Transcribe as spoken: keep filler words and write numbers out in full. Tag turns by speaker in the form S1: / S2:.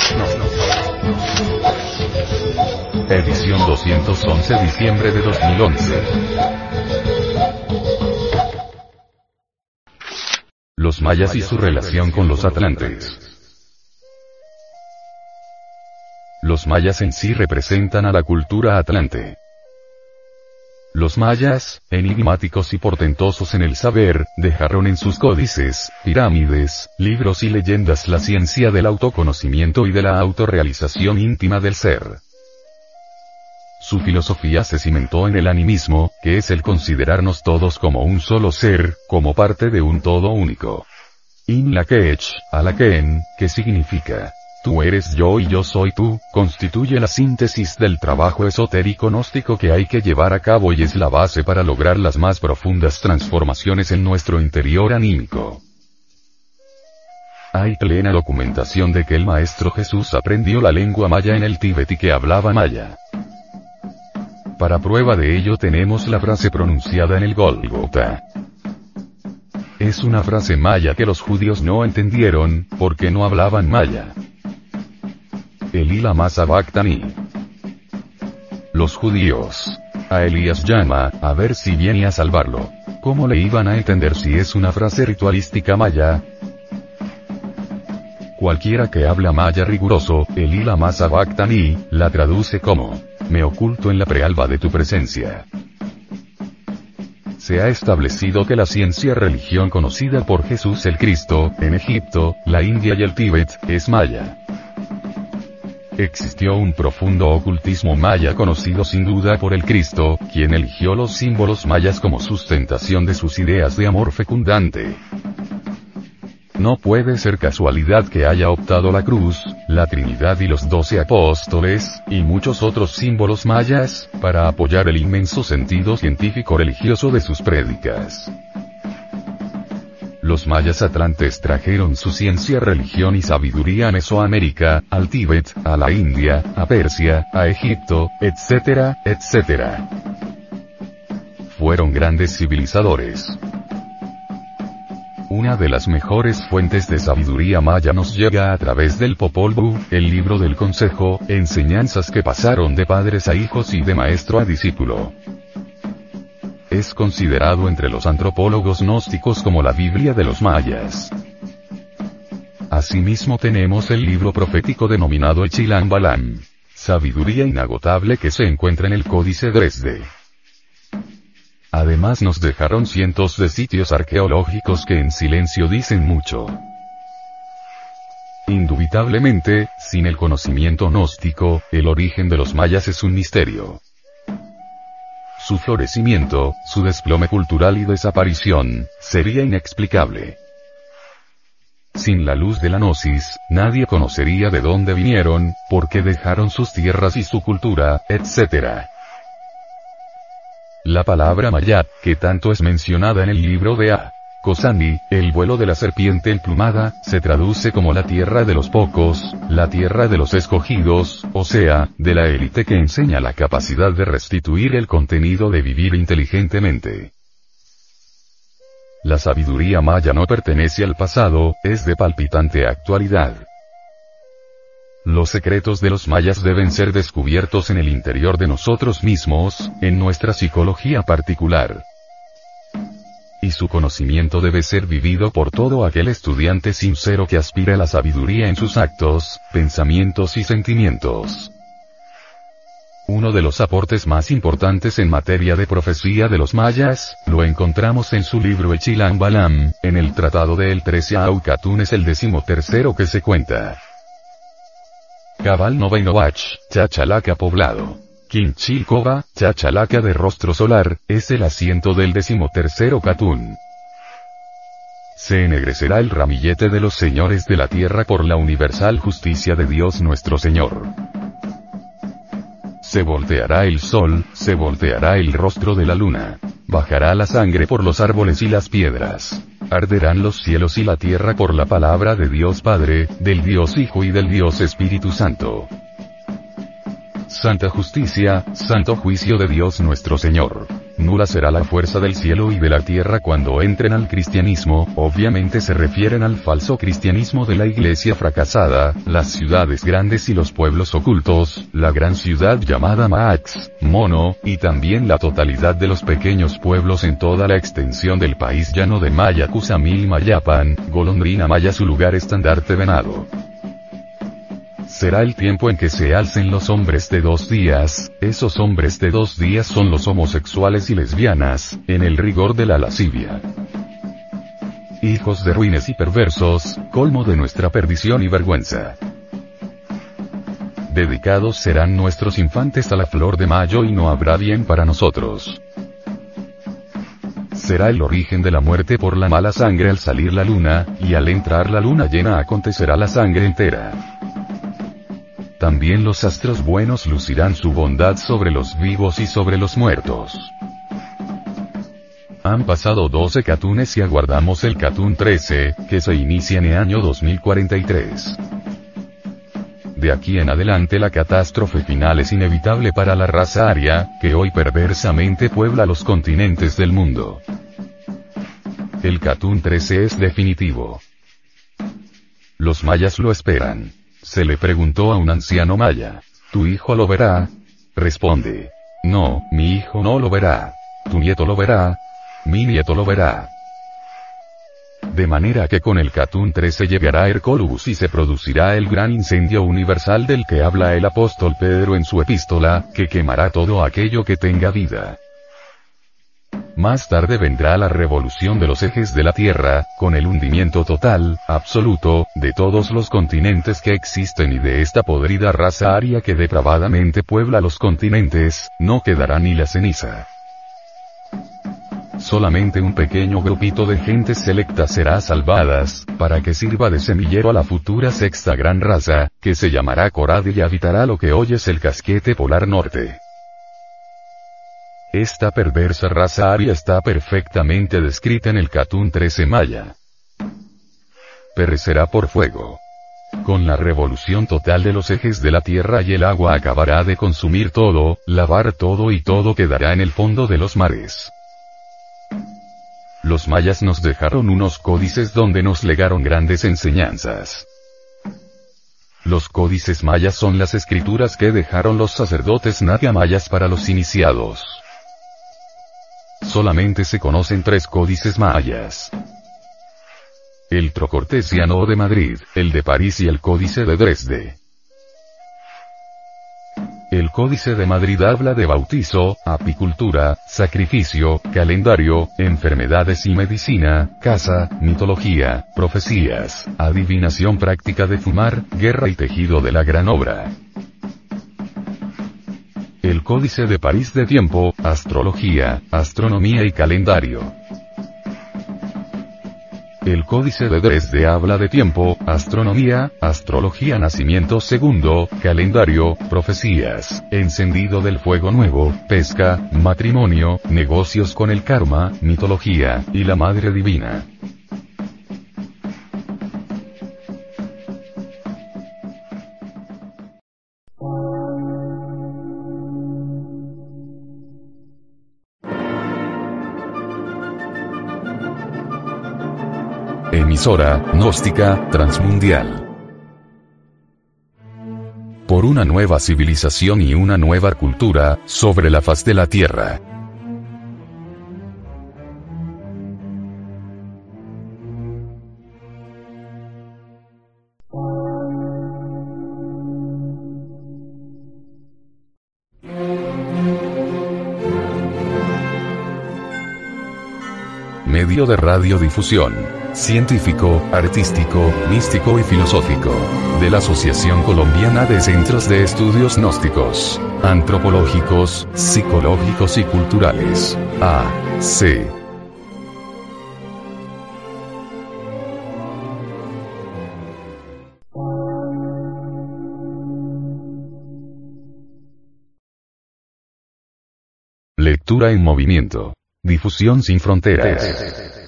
S1: Edición doscientos once, diciembre de dos mil once. Los mayas y su relación con los atlantes. Los mayas en sí representan a la cultura atlante. Los mayas, enigmáticos y portentosos en el saber, dejaron en sus códices, pirámides, libros y leyendas la ciencia del autoconocimiento y de la autorrealización íntima del ser. Su filosofía se cimentó en el animismo, que es el considerarnos todos como un solo ser, como parte de un todo único. In Lakech, Alaken, que significa tú eres yo y yo soy tú, constituye la síntesis del trabajo esotérico gnóstico que hay que llevar a cabo y es la base para lograr las más profundas transformaciones en nuestro interior anímico. Hay plena documentación de que el Maestro Jesús aprendió la lengua maya en el Tíbet y que hablaba maya. Para prueba de ello tenemos la frase pronunciada en el Gólgota. Es una frase maya que los judíos no entendieron, porque no hablaban maya. Elí lama sabactani. Los judíos. A Elías llama, a ver si viene a salvarlo. ¿Cómo le iban a entender si es una frase ritualística maya? Cualquiera que habla maya riguroso, Elí lama sabactani, la traduce como me oculto en la prealba de tu presencia. Se ha establecido que la ciencia religión conocida por Jesús el Cristo, en Egipto, la India y el Tíbet, es maya. Existió un profundo ocultismo maya conocido sin duda por el Cristo, quien eligió los símbolos mayas como sustentación de sus ideas de amor fecundante. No puede ser casualidad que haya optado la cruz, la Trinidad y los doce apóstoles, y muchos otros símbolos mayas, para apoyar el inmenso sentido científico-religioso de sus prédicas. Los mayas atlantes trajeron su ciencia, religión y sabiduría a Mesoamérica, al Tíbet, a la India, a Persia, a Egipto, etcétera, etcétera. Fueron grandes civilizadores. Una de las mejores fuentes de sabiduría maya nos llega a través del Popol Vuh, el libro del consejo, enseñanzas que pasaron de padres a hijos y de maestro a discípulo. Es considerado entre los antropólogos gnósticos como la Biblia de los mayas. Asimismo tenemos el libro profético denominado Echilan Balam, sabiduría inagotable que se encuentra en el Códice Dresde. Además nos dejaron cientos de sitios arqueológicos que en silencio dicen mucho. Indubitablemente, sin el conocimiento gnóstico, el origen de los mayas es un misterio. Su florecimiento, su desplome cultural y desaparición, sería inexplicable. Sin la luz de la gnosis, nadie conocería de dónde vinieron, por qué dejaron sus tierras y su cultura, etcétera. La palabra mayat, que tanto es mencionada en el libro de A. Kosani, el vuelo de la serpiente emplumada, se traduce como la tierra de los pocos, la tierra de los escogidos, o sea, de la élite que enseña la capacidad de restituir el contenido de vivir inteligentemente. La sabiduría maya no pertenece al pasado, es de palpitante actualidad. Los secretos de los mayas deben ser descubiertos en el interior de nosotros mismos, en nuestra psicología particular. Y su conocimiento debe ser vivido por todo aquel estudiante sincero que aspire a la sabiduría en sus actos, pensamientos y sentimientos. Uno de los aportes más importantes en materia de profecía de los mayas, lo encontramos en su libro Echilan Balam, en el tratado de El Trece Aucatún es el decimotercero que se cuenta. Cabal Novainovach, Chachalaca poblado. Quinchilcova, Chachalaca de rostro solar, es el asiento del decimotercero Catún. Se ennegrecerá el ramillete de los señores de la tierra por la universal justicia de Dios nuestro Señor. Se volteará el sol, se volteará el rostro de la luna. Bajará la sangre por los árboles y las piedras. Arderán los cielos y la tierra por la palabra de Dios Padre, del Dios Hijo y del Dios Espíritu Santo. Santa justicia, santo juicio de Dios nuestro Señor. nula será la fuerza del cielo y de la tierra cuando entren al cristianismo. Obviamente se refieren al falso cristianismo de la iglesia fracasada, las ciudades grandes y los pueblos ocultos, la gran ciudad llamada Max, Mono, y también la totalidad de los pequeños pueblos en toda la extensión del país llano de Maya Kusamil Mayapan, Golondrina Maya su lugar estandarte venado. Será el tiempo en que se alcen los hombres de dos días, esos hombres de dos días son los homosexuales y lesbianas, en el rigor de la lascivia. Hijos de ruines y perversos, colmo de nuestra perdición y vergüenza. Dedicados serán nuestros infantes a la flor de mayo y no habrá bien para nosotros. Será el origen de la muerte por la mala sangre al salir la luna, y al entrar la luna llena acontecerá la sangre entera. También los astros buenos lucirán su bondad sobre los vivos y sobre los muertos. Han pasado doce catunes y aguardamos el catún trece, que se inicia en el año dos mil cuarenta y tres. De aquí en adelante la catástrofe final es inevitable para la raza aria, que hoy perversamente puebla los continentes del mundo. El catún trece es definitivo. Los mayas lo esperan. Se le preguntó a un anciano maya, ¿tu hijo lo verá? Responde, no, mi hijo no lo verá. ¿Tu nieto lo verá? Mi nieto lo verá. De manera que con el catún trece llegará Hercolus y se producirá el gran incendio universal del que habla el apóstol Pedro en su epístola, que quemará todo aquello que tenga vida. Más tarde vendrá la revolución de los ejes de la Tierra, con el hundimiento total, absoluto, de todos los continentes que existen y de esta podrida raza aria que depravadamente puebla los continentes, no quedará ni la ceniza. Solamente un pequeño grupito de gentes selectas será salvadas, para que sirva de semillero a la futura sexta gran raza, que se llamará Corade y habitará lo que hoy es el casquete polar norte. Esta perversa raza aria está perfectamente descrita en el catún trece maya. Perecerá por fuego. Con la revolución total de los ejes de la tierra y el agua acabará de consumir todo, lavar todo y todo quedará en el fondo de los mares. Los mayas nos dejaron unos códices donde nos legaron grandes enseñanzas. Los códices mayas son las escrituras que dejaron los sacerdotes naga mayas para los iniciados. Solamente se conocen tres códices mayas. El Trocortesiano de Madrid, el de París y el Códice de Dresde. El Códice de Madrid habla de bautizo, apicultura, sacrificio, calendario, enfermedades y medicina, caza, mitología, profecías, adivinación práctica de fumar, guerra y tejido de la gran obra. El Códice de París de tiempo, astrología, astronomía y calendario. El Códice de Dresde habla de tiempo, astronomía, astrología nacimiento segundo, calendario, profecías, encendido del fuego nuevo, pesca, matrimonio, negocios con el karma, mitología, y la madre divina. Emisora gnóstica transmundial. Por una nueva civilización y una nueva cultura, sobre la faz de la Tierra. Medio de radiodifusión, científico, artístico, místico y filosófico, de la Asociación Colombiana de Centros de Estudios Gnósticos, Antropológicos, Psicológicos y Culturales, A C Lectura en movimiento. Difusión sin fronteras.